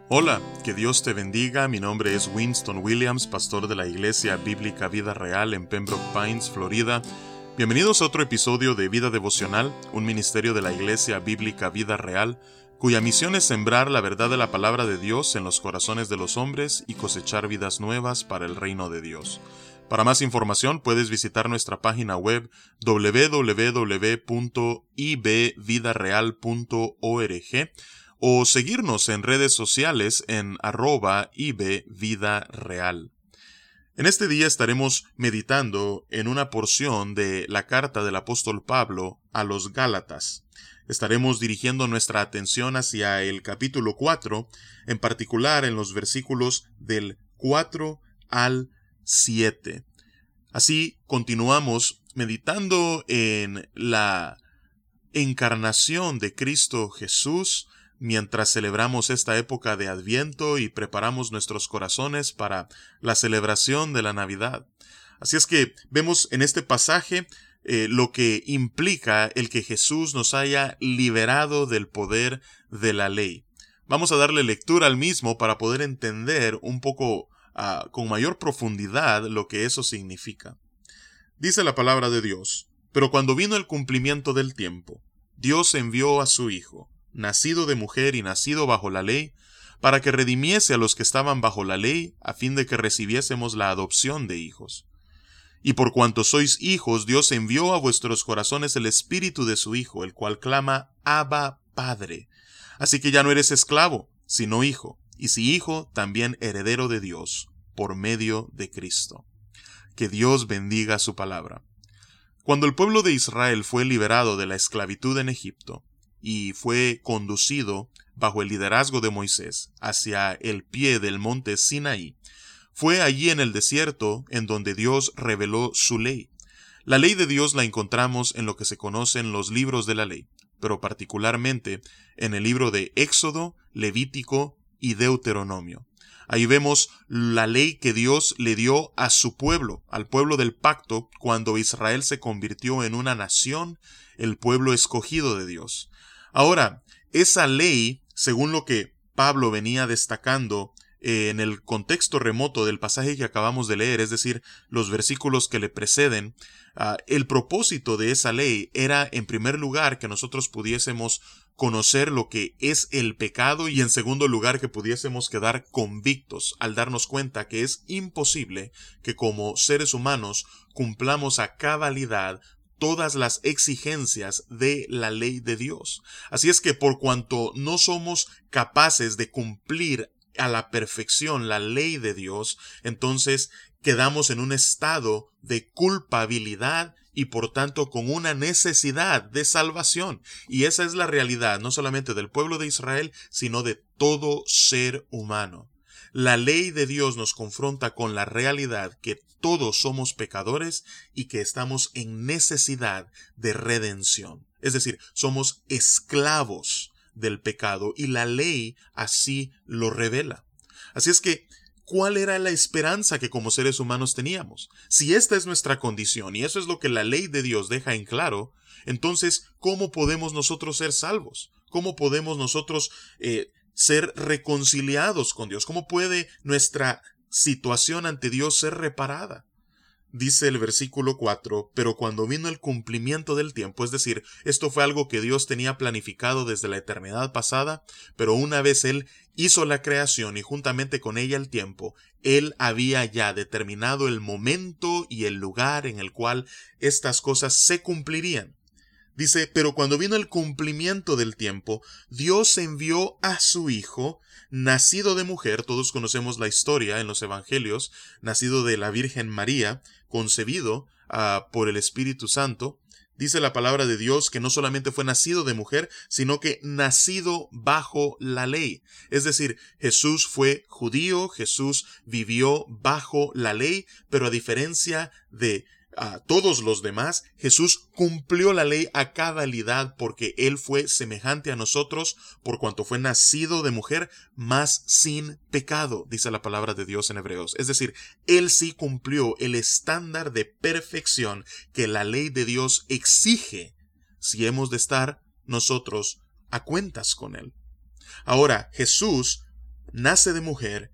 Hola, que Dios te bendiga. Mi nombre es Winston Williams, pastor de la Iglesia Bíblica Vida Real en Pembroke Pines, Florida. Bienvenidos a otro episodio de Vida Devocional, un ministerio de la Iglesia Bíblica Vida Real, cuya misión es sembrar la verdad de la palabra de Dios en los corazones de los hombres y cosechar vidas nuevas para el reino de Dios. Para más información puedes visitar nuestra página web www.ibvidareal.org o seguirnos en redes sociales en @ibvidareal. En este día estaremos meditando en una porción de la carta del apóstol Pablo a los Gálatas. Estaremos dirigiendo nuestra atención hacia el capítulo 4, en particular en los versículos del 4 al 7. Así continuamos meditando en la encarnación de Cristo Jesús, mientras celebramos esta época de Adviento y preparamos nuestros corazones para la celebración de la Navidad. Así es que vemos en este pasaje lo que implica el que Jesús nos haya liberado del poder de la ley. Vamos a darle lectura al mismo para poder entender un poco con mayor profundidad lo que eso significa. Dice la palabra de Dios: pero cuando vino el cumplimiento del tiempo, Dios envió a su Hijo, nacido de mujer y nacido bajo la ley, para que redimiese a los que estaban bajo la ley, a fin de que recibiésemos la adopción de hijos. Y por cuanto sois hijos, Dios envió a vuestros corazones el Espíritu de su Hijo, el cual clama, Abba, Padre. Así que ya no eres esclavo, sino hijo, y si hijo, también heredero de Dios, por medio de Cristo. Que Dios bendiga su palabra. Cuando el pueblo de Israel fue liberado de la esclavitud en Egipto, y fue conducido bajo el liderazgo de Moisés hacia el pie del monte Sinaí, fue allí en el desierto en donde Dios reveló su ley. La ley de Dios la encontramos en lo que se conocen los libros de la ley, pero particularmente en el libro de Éxodo, Levítico y Deuteronomio. Ahí vemos la ley que Dios le dio a su pueblo, al pueblo del pacto, cuando Israel se convirtió en una nación, el pueblo escogido de Dios. Ahora, esa ley, según lo que Pablo venía destacando en el contexto remoto del pasaje que acabamos de leer, es decir, los versículos que le preceden, el propósito de esa ley era, en primer lugar, que nosotros pudiésemos conocer lo que es el pecado y, en segundo lugar, que pudiésemos quedar convictos al darnos cuenta que es imposible que como seres humanos cumplamos a cabalidad todas las exigencias de la ley de Dios. Así es que por cuanto no somos capaces de cumplir a la perfección la ley de Dios, entonces quedamos en un estado de culpabilidad y por tanto con una necesidad de salvación. Y esa es la realidad no solamente del pueblo de Israel, sino de todo ser humano. La ley de Dios nos confronta con la realidad que todos somos pecadores y que estamos en necesidad de redención. Es decir, somos esclavos del pecado y la ley así lo revela. Así es que, ¿cuál era la esperanza que como seres humanos teníamos? Si esta es nuestra condición y eso es lo que la ley de Dios deja en claro, entonces, ¿cómo podemos nosotros ser salvos? ¿Cómo podemos nosotros ser reconciliados con Dios? ¿Cómo puede nuestra situación ante Dios ser reparada? Dice el versículo 4, pero cuando vino el cumplimiento del tiempo, es decir, esto fue algo que Dios tenía planificado desde la eternidad pasada, pero una vez Él hizo la creación y juntamente con ella el tiempo, Él había ya determinado el momento y el lugar en el cual estas cosas se cumplirían. Dice, pero cuando vino el cumplimiento del tiempo, Dios envió a su Hijo, nacido de mujer, todos conocemos la historia en los evangelios, nacido de la Virgen María, concebido por el Espíritu Santo. Dice la palabra de Dios que no solamente fue nacido de mujer, sino que nacido bajo la ley. Es decir, Jesús fue judío, Jesús vivió bajo la ley, pero a diferencia de a todos los demás, Jesús cumplió la ley a cabalidad porque Él fue semejante a nosotros por cuanto fue nacido de mujer, mas sin pecado, dice la palabra de Dios en Hebreos. Es decir, Él sí cumplió el estándar de perfección que la ley de Dios exige si hemos de estar nosotros a cuentas con Él. Ahora, Jesús nace de mujer,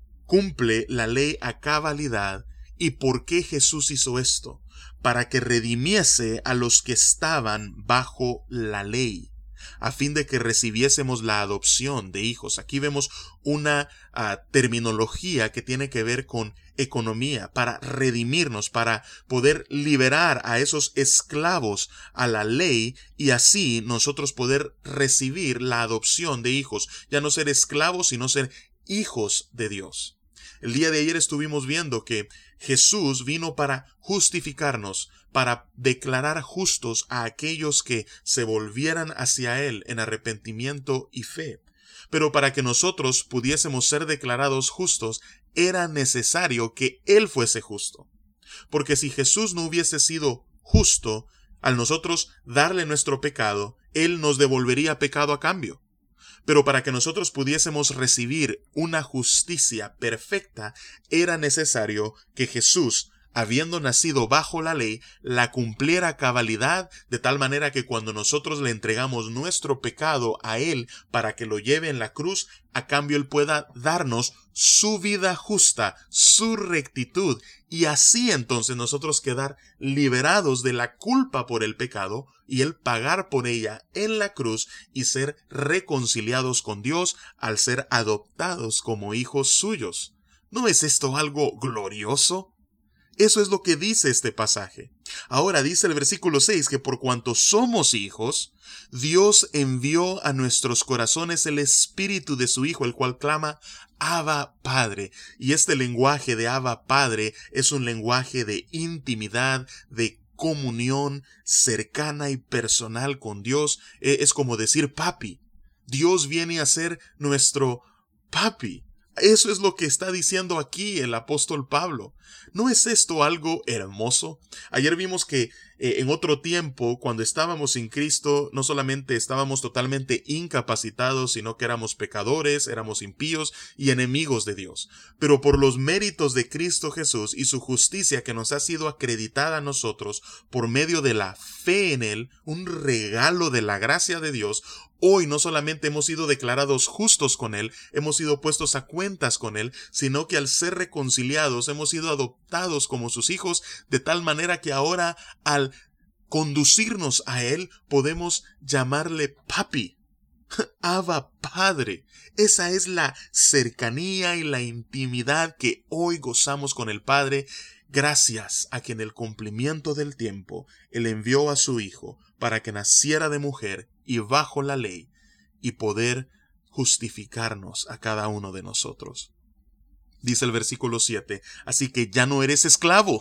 cumple la ley a cabalidad. ¿Y por qué Jesús hizo esto? Para que redimiese a los que estaban bajo la ley, a fin de que recibiésemos la adopción de hijos. Aquí vemos una terminología que tiene que ver con economía, para redimirnos, para poder liberar a esos esclavos a la ley y así nosotros poder recibir la adopción de hijos, ya no ser esclavos, sino ser hijos de Dios. El día de ayer estuvimos viendo que Jesús vino para justificarnos, para declarar justos a aquellos que se volvieran hacia Él en arrepentimiento y fe. Pero para que nosotros pudiésemos ser declarados justos, era necesario que Él fuese justo. Porque si Jesús no hubiese sido justo, al nosotros darle nuestro pecado, Él nos devolvería pecado a cambio. Pero para que nosotros pudiésemos recibir una justicia perfecta, era necesario que Jesús, habiendo nacido bajo la ley, la cumpliera a cabalidad, de tal manera que cuando nosotros le entregamos nuestro pecado a Él para que lo lleve en la cruz, a cambio Él pueda darnos su vida justa, su rectitud, y así entonces nosotros quedar liberados de la culpa por el pecado, y Él pagar por ella en la cruz y ser reconciliados con Dios al ser adoptados como hijos suyos. ¿No es esto algo glorioso? Eso es lo que dice este pasaje. Ahora dice el versículo 6 que por cuanto somos hijos, Dios envió a nuestros corazones el espíritu de su Hijo, el cual clama, Abba Padre. Y este lenguaje de Abba Padre es un lenguaje de intimidad, de comunión cercana y personal con Dios. Es como decir papi. Dios viene a ser nuestro papi. Eso es lo que está diciendo aquí el apóstol Pablo. ¿No es esto algo hermoso? Ayer vimos que en otro tiempo, cuando estábamos sin Cristo, no solamente estábamos totalmente incapacitados, sino que éramos pecadores, éramos impíos y enemigos de Dios. Pero por los méritos de Cristo Jesús y su justicia que nos ha sido acreditada a nosotros por medio de la fe en Él, un regalo de la gracia de Dios, hoy no solamente hemos sido declarados justos con Él, hemos sido puestos a cuentas con Él, sino que al ser reconciliados hemos sido adoptados como sus hijos, de tal manera que ahora al conducirnos a Él podemos llamarle papi, Abba Padre. Esa es la cercanía y la intimidad que hoy gozamos con el Padre, gracias a que en el cumplimiento del tiempo Él envió a su Hijo para que naciera de mujer y bajo la ley y poder justificarnos a cada uno de nosotros. Dice el versículo 7, así que ya no eres esclavo.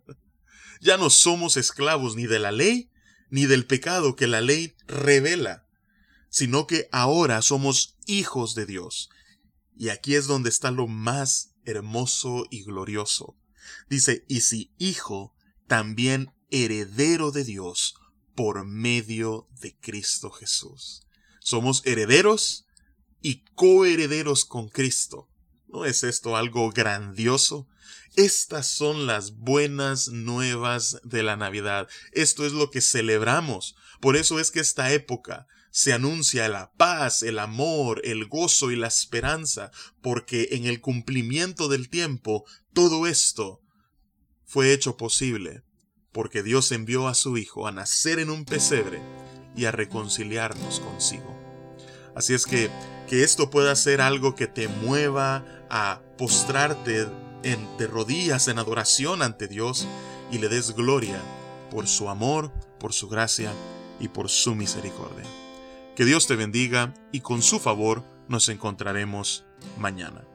Ya no somos esclavos ni de la ley ni del pecado que la ley revela, sino que ahora somos hijos de Dios. Y aquí es donde está lo más hermoso y glorioso. Dice, y si hijo, también heredero de Dios por medio de Cristo Jesús. Somos herederos y coherederos con Cristo. ¿No es esto algo grandioso? Estas son las buenas nuevas de la Navidad. Esto es lo que celebramos. Por eso es que esta época se anuncia la paz, el amor, el gozo y la esperanza, porque en el cumplimiento del tiempo todo esto fue hecho posible, porque Dios envió a su Hijo a nacer en un pesebre y a reconciliarnos consigo. Así es que esto pueda ser algo que te mueva a postrarte de rodillas en adoración ante Dios y le des gloria por su amor, por su gracia y por su misericordia. Que Dios te bendiga y con su favor nos encontraremos mañana.